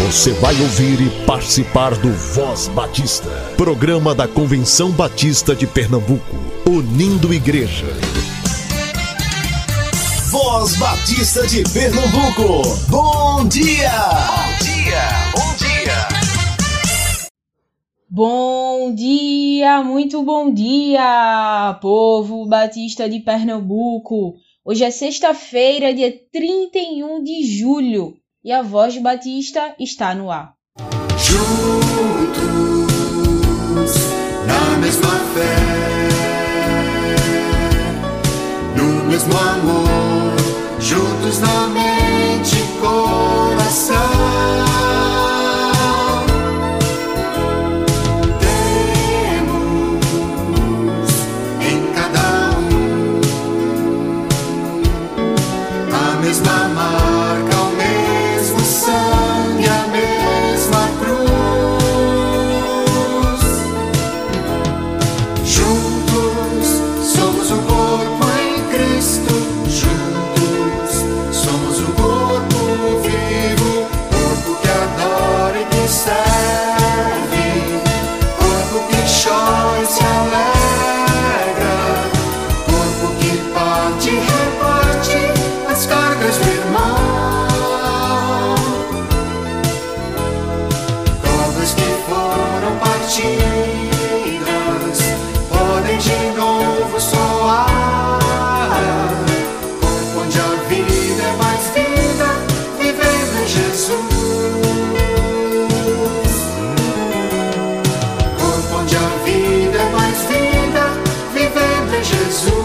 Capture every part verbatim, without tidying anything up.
Você vai ouvir e participar do Voz Batista, programa da Convenção Batista de Pernambuco, unindo igreja. Voz Batista de Pernambuco, bom dia! Bom dia, bom dia! Bom dia, muito bom dia, povo Batista de Pernambuco. Hoje é sexta-feira, dia trinta e um de julho, e a Voz Batista está no ar. Juntos, na mesma fé, no mesmo amor, juntos na mente e coração. Mesma marca, o mesmo sangue, a mesma cruz. Juntos somos o corpo em Cristo. Juntos somos o corpo vivo, corpo que adora e que serve, corpo que chora e se alegra, corpo que parte e reparte as cargas do irmão. Cordas que foram partidas podem de novo soar. Corpo onde a vida é mais vida, vivendo em Jesus. Corpo onde a vida é mais vida, vivendo em Jesus.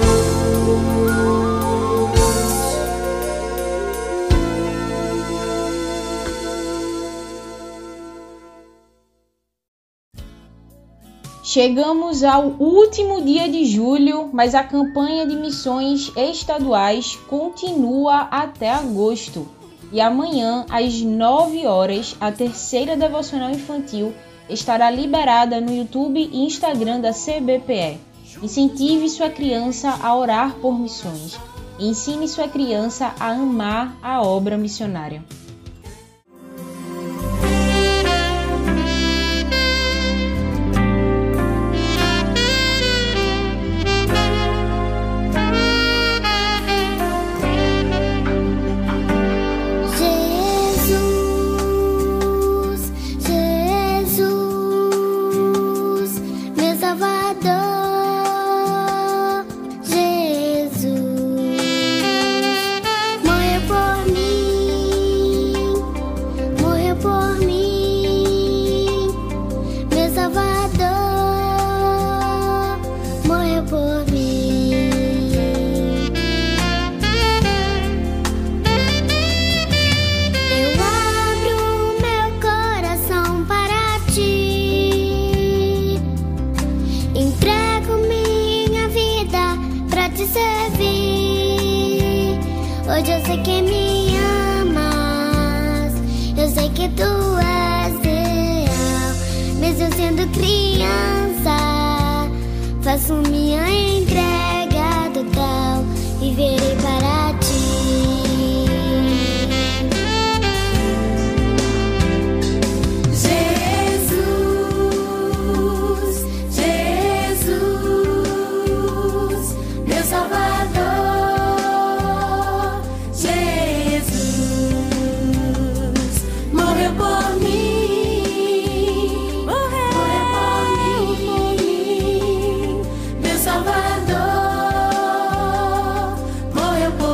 Chegamos ao último dia de julho, mas a campanha de missões estaduais continua até agosto. E amanhã, às nove horas, a terceira devocional infantil estará liberada no YouTube e Instagram da C B P E. Incentive sua criança a orar por missões. E ensine sua criança a amar a obra missionária. Hoje eu sei que me amas, eu sei que tu és real. Mesmo sendo criança, faço minha entrega total, viverei para ti. Jesus, Jesus, meu Salvador. Salvador, morreu por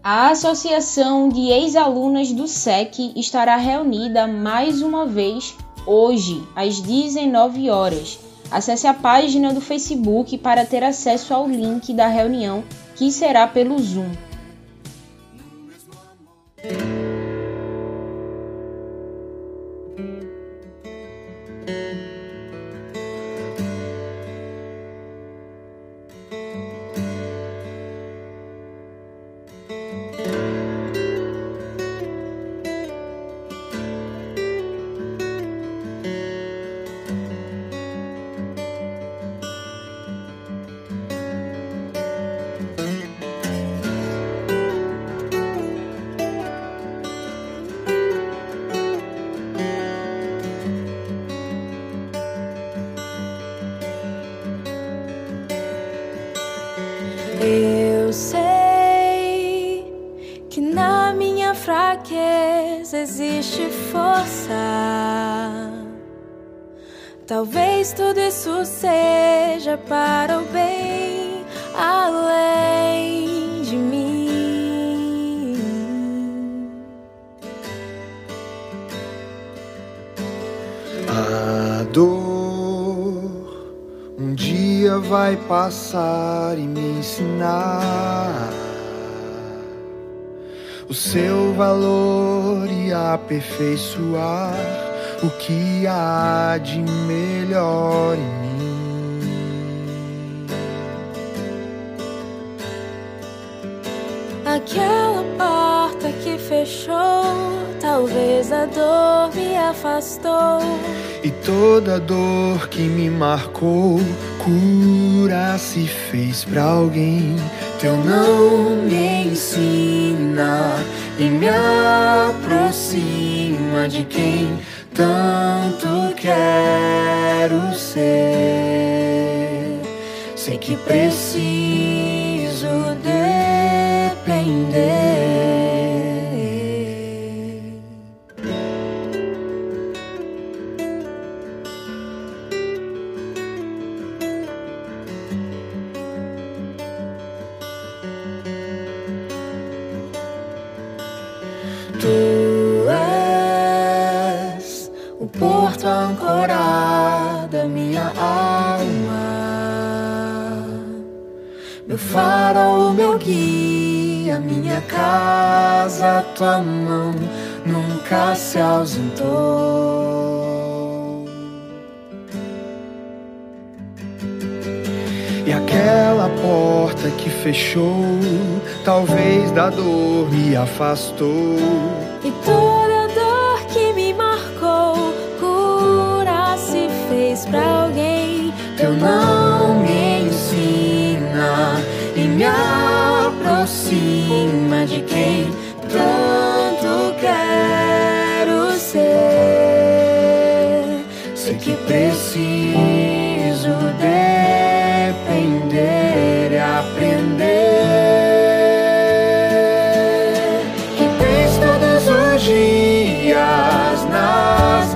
A Associação de Ex-Alunas do S E C estará reunida mais uma vez hoje, às dezenove horas. Acesse a página do Facebook para ter acesso ao link da reunião, que será pelo Zoom. Eu sei que na minha fraqueza existe força. Talvez tudo isso seja para o bem além de mim. A dor um dia vai passar e me ensinar o seu valor e aperfeiçoar o que há de melhor em mim. Aquela porta que fechou, talvez a dor me afastou. E toda dor que me marcou, cura se fez pra alguém. Teu não me ensina e me aproxima de quem tanto quero ser. Sei que preciso depender. Tu és o porto ancorado da minha alma, meu farol, meu guia, minha casa, tua mão nunca se ausentou. E aquela porta que fechou, talvez da dor me afastou. E toda dor que me marcou, cura se fez pra alguém. Teu não me ensina e me aproxima de quem tanto quero ser. Sei que preciso depender e aprender que tens todos os dias nas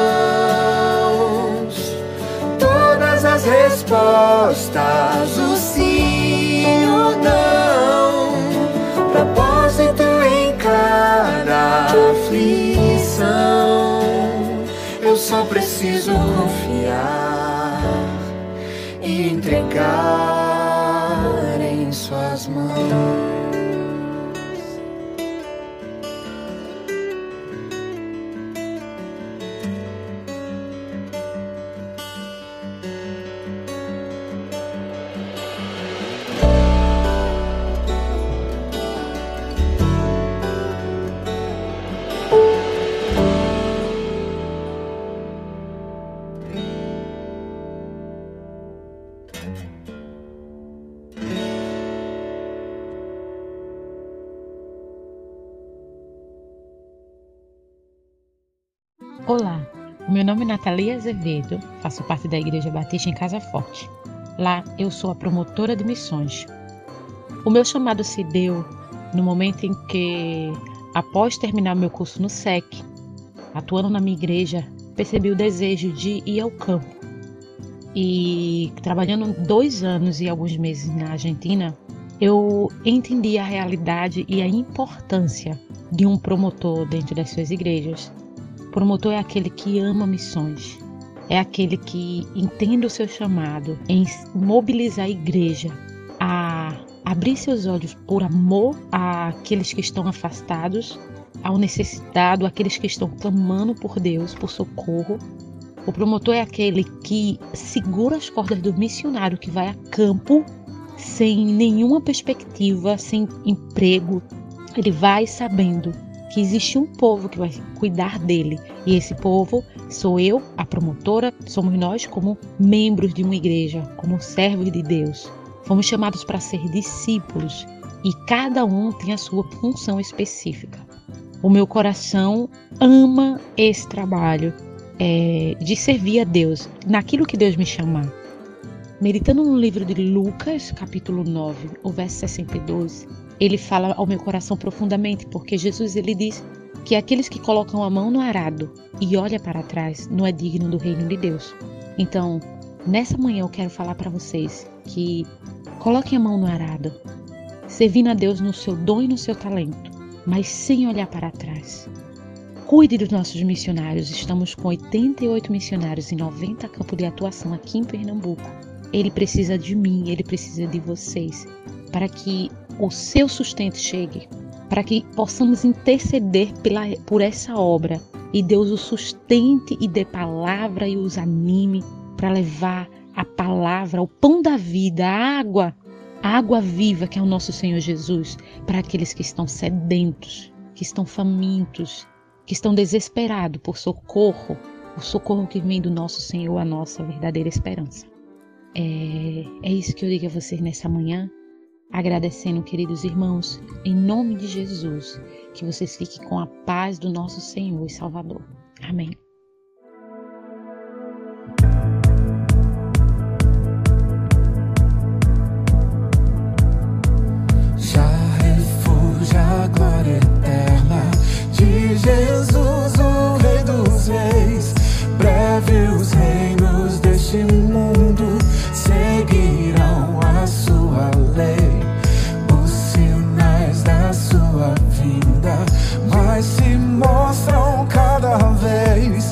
mãos todas as respostas, o sim ou não, propósito em cada aflição. Eu só preciso confiar e entregar em suas mãos. Olá, o meu nome é Natalia Azevedo, faço parte da Igreja Batista em Casa Forte. Lá eu sou a promotora de missões. O meu chamado se deu no momento em que, após terminar meu curso no S E C, atuando na minha igreja, percebi o desejo de ir ao campo. E trabalhando dois anos e alguns meses na Argentina, eu entendi a realidade e a importância de um promotor dentro das suas igrejas. O promotor é aquele que ama missões, é aquele que entende o seu chamado em mobilizar a igreja a abrir seus olhos por amor àqueles que estão afastados, ao necessitado, àqueles que estão clamando por Deus, por socorro. O promotor é aquele que segura as cordas do missionário que vai a campo sem nenhuma perspectiva, sem emprego. Ele vai sabendo que existe um povo que vai cuidar dele. E esse povo sou eu, a promotora, somos nós como membros de uma igreja, como servos de Deus. Fomos chamados para ser discípulos e cada um tem a sua função específica. O meu coração ama esse trabalho é, de servir a Deus, naquilo que Deus me chamar. Meditando no livro de Lucas, capítulo nove, o verso sessenta e dois, ele fala ao meu coração profundamente, porque Jesus ele diz que aqueles que colocam a mão no arado e olham para trás não é digno do reino de Deus. Então, nessa manhã eu quero falar para vocês que coloquem a mão no arado, servindo a Deus no seu dom e no seu talento, mas sem olhar para trás. Cuide dos nossos missionários. Estamos com oitenta e oito missionários em noventa campos de atuação aqui em Pernambuco. Ele precisa de mim, ele precisa de vocês, para que o seu sustento chegue, para que possamos interceder pela, por essa obra e Deus o sustente e dê palavra e os anime para levar a palavra, o pão da vida, a água, a água viva que é o nosso Senhor Jesus, para aqueles que estão sedentos, que estão famintos, que estão desesperados por socorro, o socorro que vem do nosso Senhor, a nossa verdadeira esperança. É, é isso que eu digo a vocês nessa manhã, agradecendo, queridos irmãos, em nome de Jesus, que vocês fiquem com a paz do nosso Senhor e Salvador. Amém. Já refúgio a glória eterna de Jesus, o Rei dos Reis. Breve os reinos deste mundo seguirão a sua lei. Os sinais da sua vinda mais se mostram cada vez.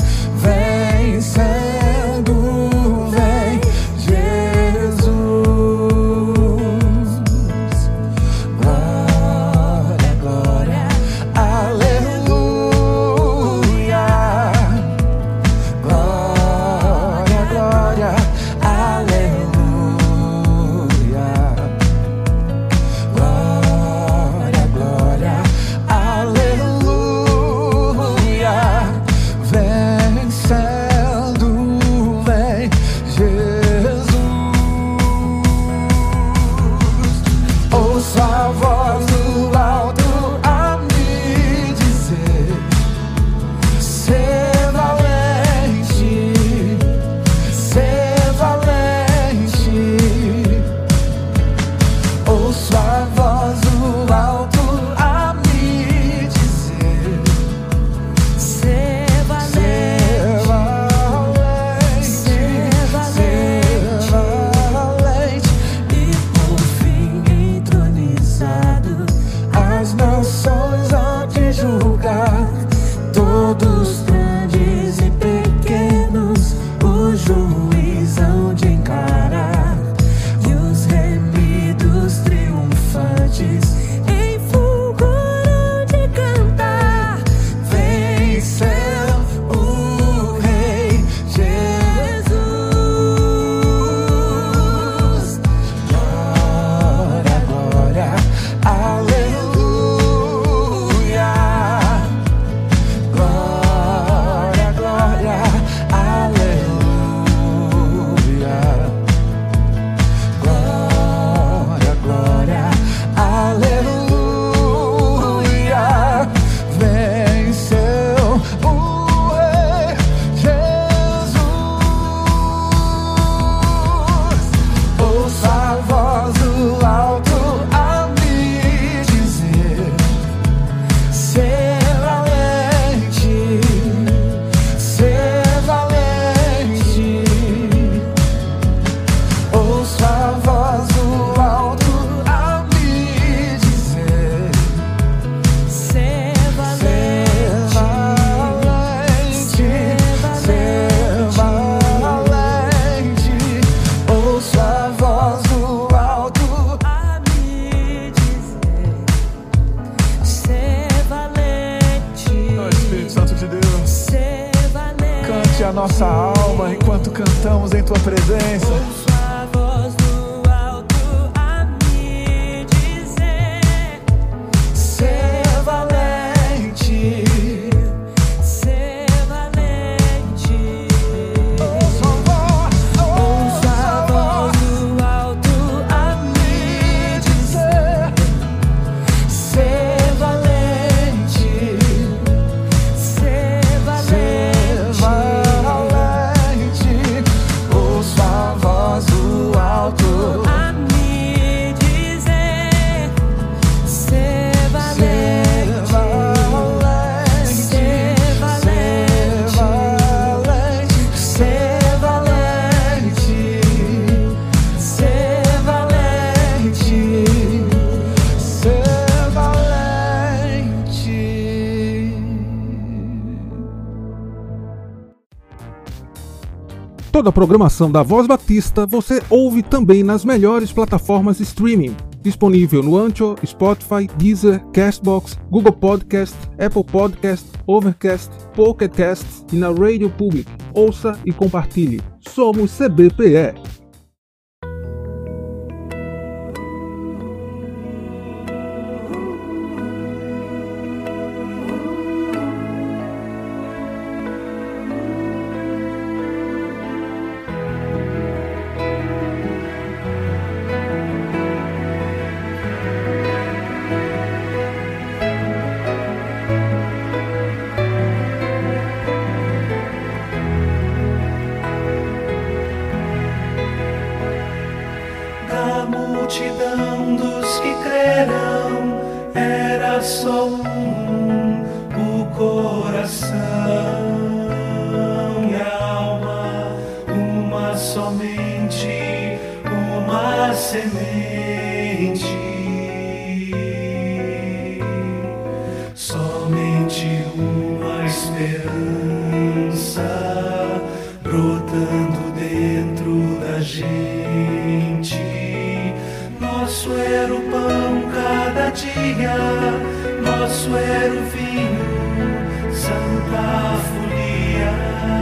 Toda a programação da Voz Batista você ouve também nas melhores plataformas de streaming. Disponível no Anchor, Spotify, Deezer, Castbox, Google Podcast, Apple Podcast, Overcast, Pocket Cast e na Radio Public. Ouça e compartilhe. Somos C B P E. Multidão dos que crerão, era só um, o coração e a alma, uma somente, uma semente, somente uma esperança brotando dentro da gente. Nosso era o pão cada dia, nosso era o vinho, santa folia.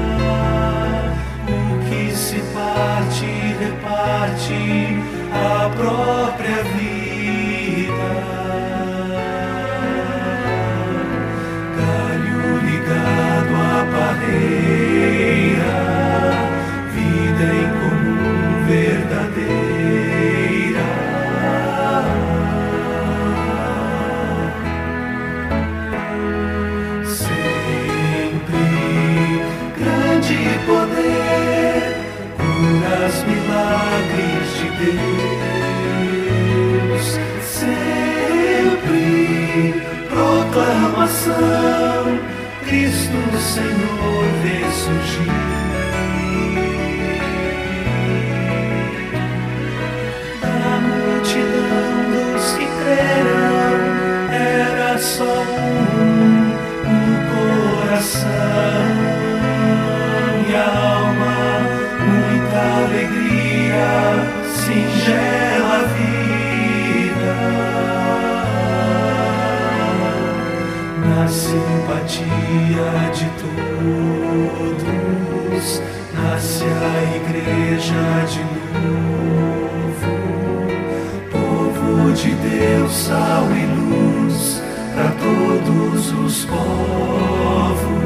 O que se parte, reparte a própria vida. Galho ligado à parreira, vida em comum verdadeira. Poder, curas, milagres de Deus, sempre proclamação, Cristo Senhor ressurgiu. Da multidão dos que creram, era só um, um coração e alma, muita alegria, singela vida. Na simpatia de todos, nasce a igreja de novo, povo de Deus, sal e luz, para todos os povos.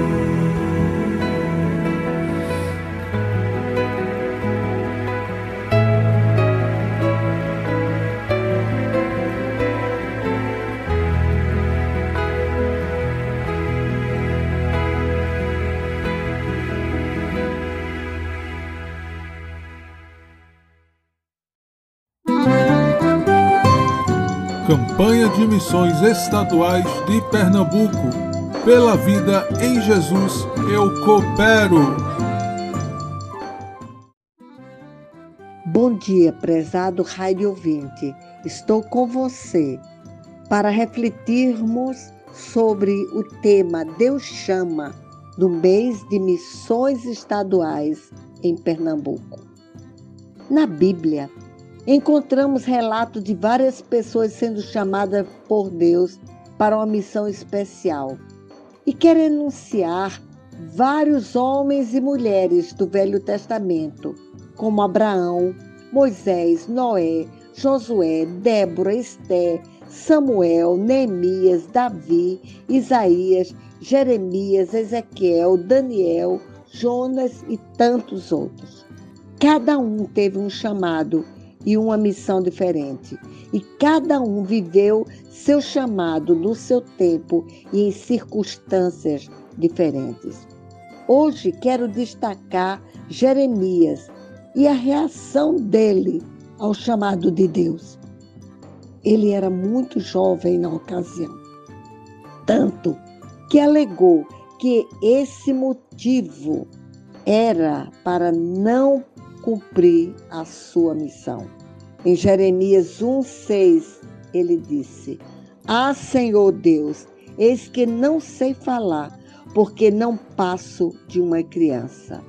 Campanha de Missões Estaduais de Pernambuco. Pela vida em Jesus, eu coopero. Bom dia, prezado rádio ouvinte. Estou com você para refletirmos sobre o tema Deus Chama, do mês de Missões Estaduais em Pernambuco. Na Bíblia, encontramos relatos de várias pessoas sendo chamadas por Deus para uma missão especial. E quero enunciar vários homens e mulheres do Velho Testamento, como Abraão, Moisés, Noé, Josué, Débora, Esté, Samuel, Neemias, Davi, Isaías, Jeremias, Ezequiel, Daniel, Jonas e tantos outros. Cada um teve um chamado e uma missão diferente, e cada um viveu seu chamado no seu tempo e em circunstâncias diferentes. Hoje quero destacar Jeremias e a reação dele ao chamado de Deus. Ele era muito jovem na ocasião, tanto que alegou que esse motivo era para não cumprir a sua missão. Em Jeremias um, seis, ele disse: Ah, Senhor Deus, eis que não sei falar, porque não passo de uma criança.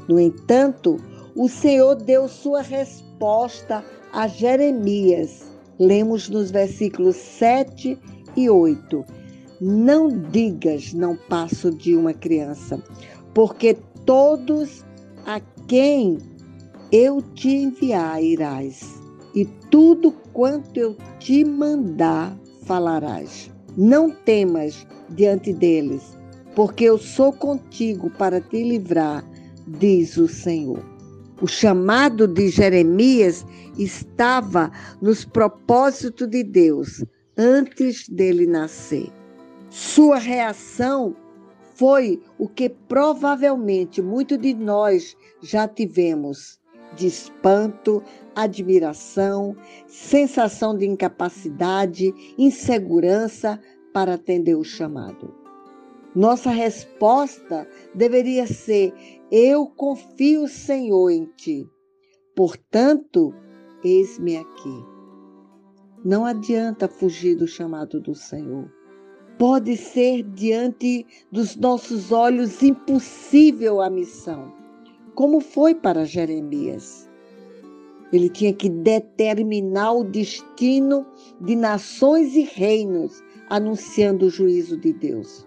No entanto, o Senhor deu sua resposta a Jeremias. Lemos nos versículos sete e oito. Não digas, não passo de uma criança, porque todos a quem eu te enviar irás, e tudo quanto eu te mandar falarás. Não temas diante deles, porque eu sou contigo para te livrar, diz o Senhor. O chamado de Jeremias estava nos propósitos de Deus antes dele nascer. Sua reação foi o que provavelmente muitos de nós já tivemos: de espanto, admiração, sensação de incapacidade, insegurança para atender o chamado. Nossa resposta deveria ser: eu confio, Senhor, em ti. Portanto, eis-me aqui. Não adianta fugir do chamado do Senhor. Pode ser diante dos nossos olhos impossível a missão, como foi para Jeremias. Ele tinha que determinar o destino de nações e reinos, anunciando o juízo de Deus.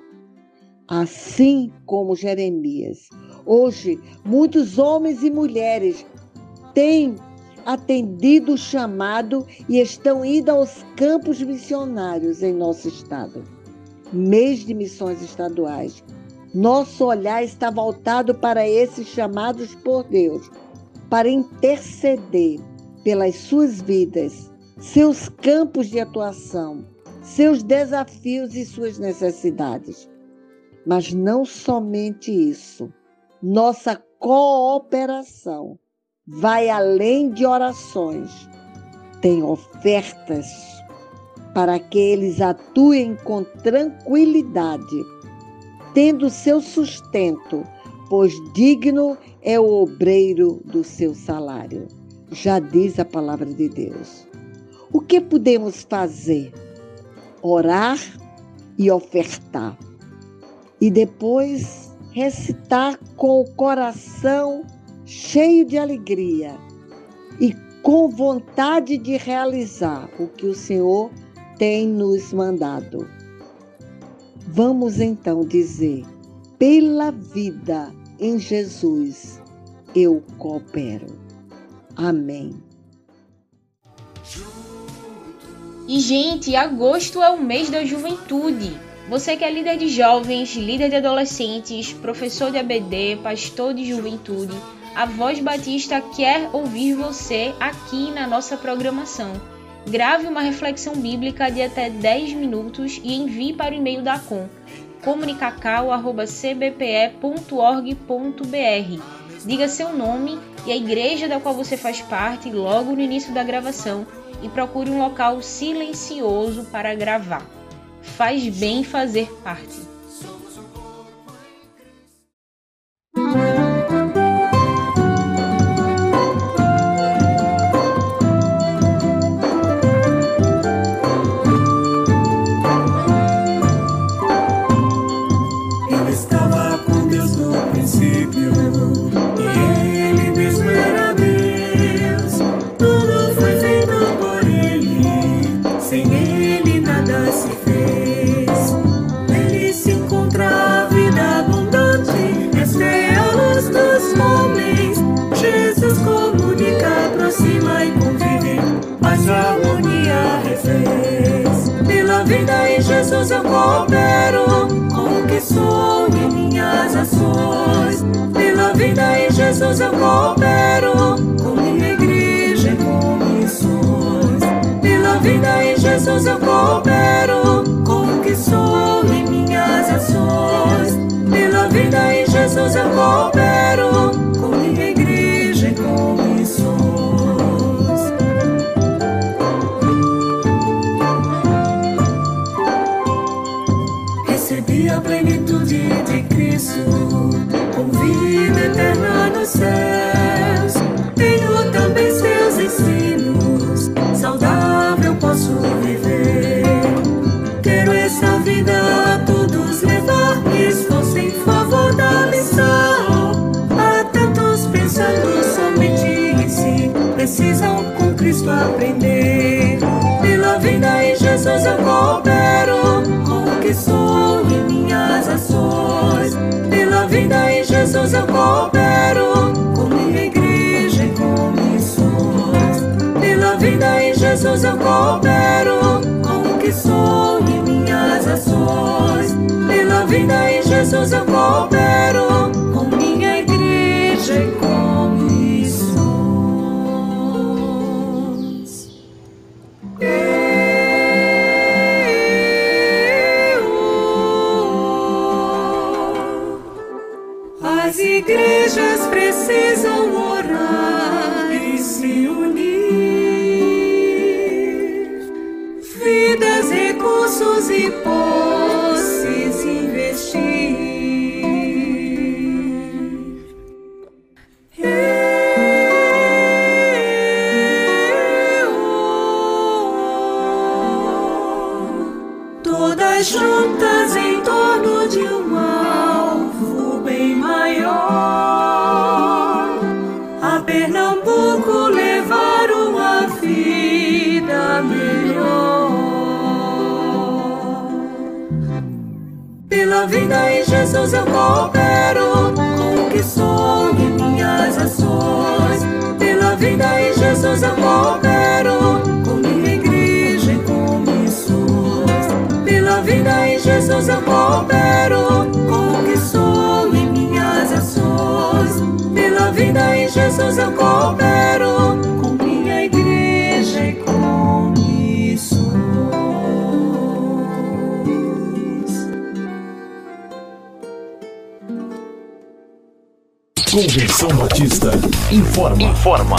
Assim como Jeremias, hoje muitos homens e mulheres têm atendido o chamado e estão indo aos campos missionários em nosso estado. Mês de missões estaduais. Nosso olhar está voltado para esses chamados por Deus, para interceder pelas suas vidas, seus campos de atuação, seus desafios e suas necessidades. Mas não somente isso. Nossa cooperação vai além de orações. Tem ofertas para que eles atuem com tranquilidade, tendo seu sustento, pois digno é o obreiro do seu salário. Já diz a palavra de Deus. O que podemos fazer? Orar e ofertar. E depois recitar com o coração cheio de alegria e com vontade de realizar o que o Senhor tem nos mandado. Vamos então dizer: pela vida em Jesus eu coopero. Amém. E, gente, agosto é o mês da juventude. Você que é líder de jovens, líder de adolescentes, professor de A B D, pastor de juventude, a Voz Batista quer ouvir você aqui na nossa programação. Grave uma reflexão bíblica de até dez minutos e envie para o e-mail da Com, comunicacau arroba c b p e ponto org ponto b r. Diga seu nome e a igreja da qual você faz parte logo no início da gravação e procure um local silencioso para gravar. Faz bem fazer parte. Eu estava com Deus no princípio, e Ele mesmo era Deus. Tudo foi feito por Ele, sem Ele nada se fez. Nele se encontra a vida abundante, esta é a luz dos homens. Jesus comunica, aproxima e convive, mas a harmonia refez. Pela vida em Jesus eu coopero, com o que sou e minhas ações. Pela vida em Jesus eu coopero, com minha igreja e com missões. Pela vida em Jesus eu coopero, com o que sou e minhas ações. Pela vida em Jesus eu coopero, com minha igreja e com missões. Recebi a plenitude de Cristo, com vida eterna nos céus. Tenho também seus ensinos, saudável posso viver. precisam com Cristo aprender. Pela vida em Jesus eu coopero com o que sou e minhas ações. Pela vida em Jesus eu coopero com minha igreja e com missões. Pela vida em Jesus eu coopero com o que sou e minhas ações. Pela vida em Jesus eu coopero com minha igreja e com missões. As igrejas precisam orar e se unir, vidas, recursos e posses investir. Todas juntas em torno de um alvo bem maior, a Pernambuco levar uma vida melhor. Pela vida em Jesus eu coopero com o que sou e minhas ações. Pela vida em Jesus eu coopero com minha igreja e com missões. Pela vida em Jesus eu coopero com o que sou e minhas ações. Pela vida em Jesus eu coopero com minha igreja e com missões. Convenção Batista informa. Informa.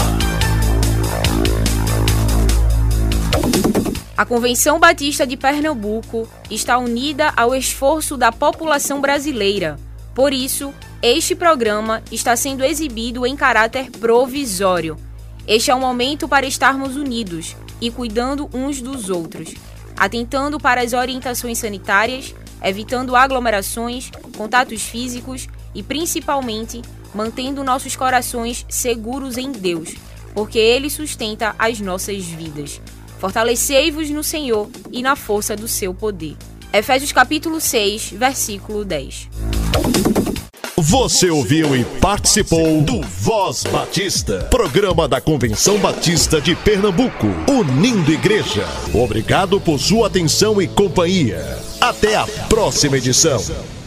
A Convenção Batista de Pernambuco está unida ao esforço da população brasileira. Por isso, este programa está sendo exibido em caráter provisório. Este é o momento para estarmos unidos e cuidando uns dos outros, atentando para as orientações sanitárias, evitando aglomerações, contatos físicos e, principalmente, mantendo nossos corações seguros em Deus, porque Ele sustenta as nossas vidas. Fortalecei-vos no Senhor e na força do seu poder. Efésios capítulo seis, versículo dez. Você ouviu e participou do Voz Batista, programa da Convenção Batista de Pernambuco, unindo igreja. Obrigado por sua atenção e companhia. Até a próxima edição.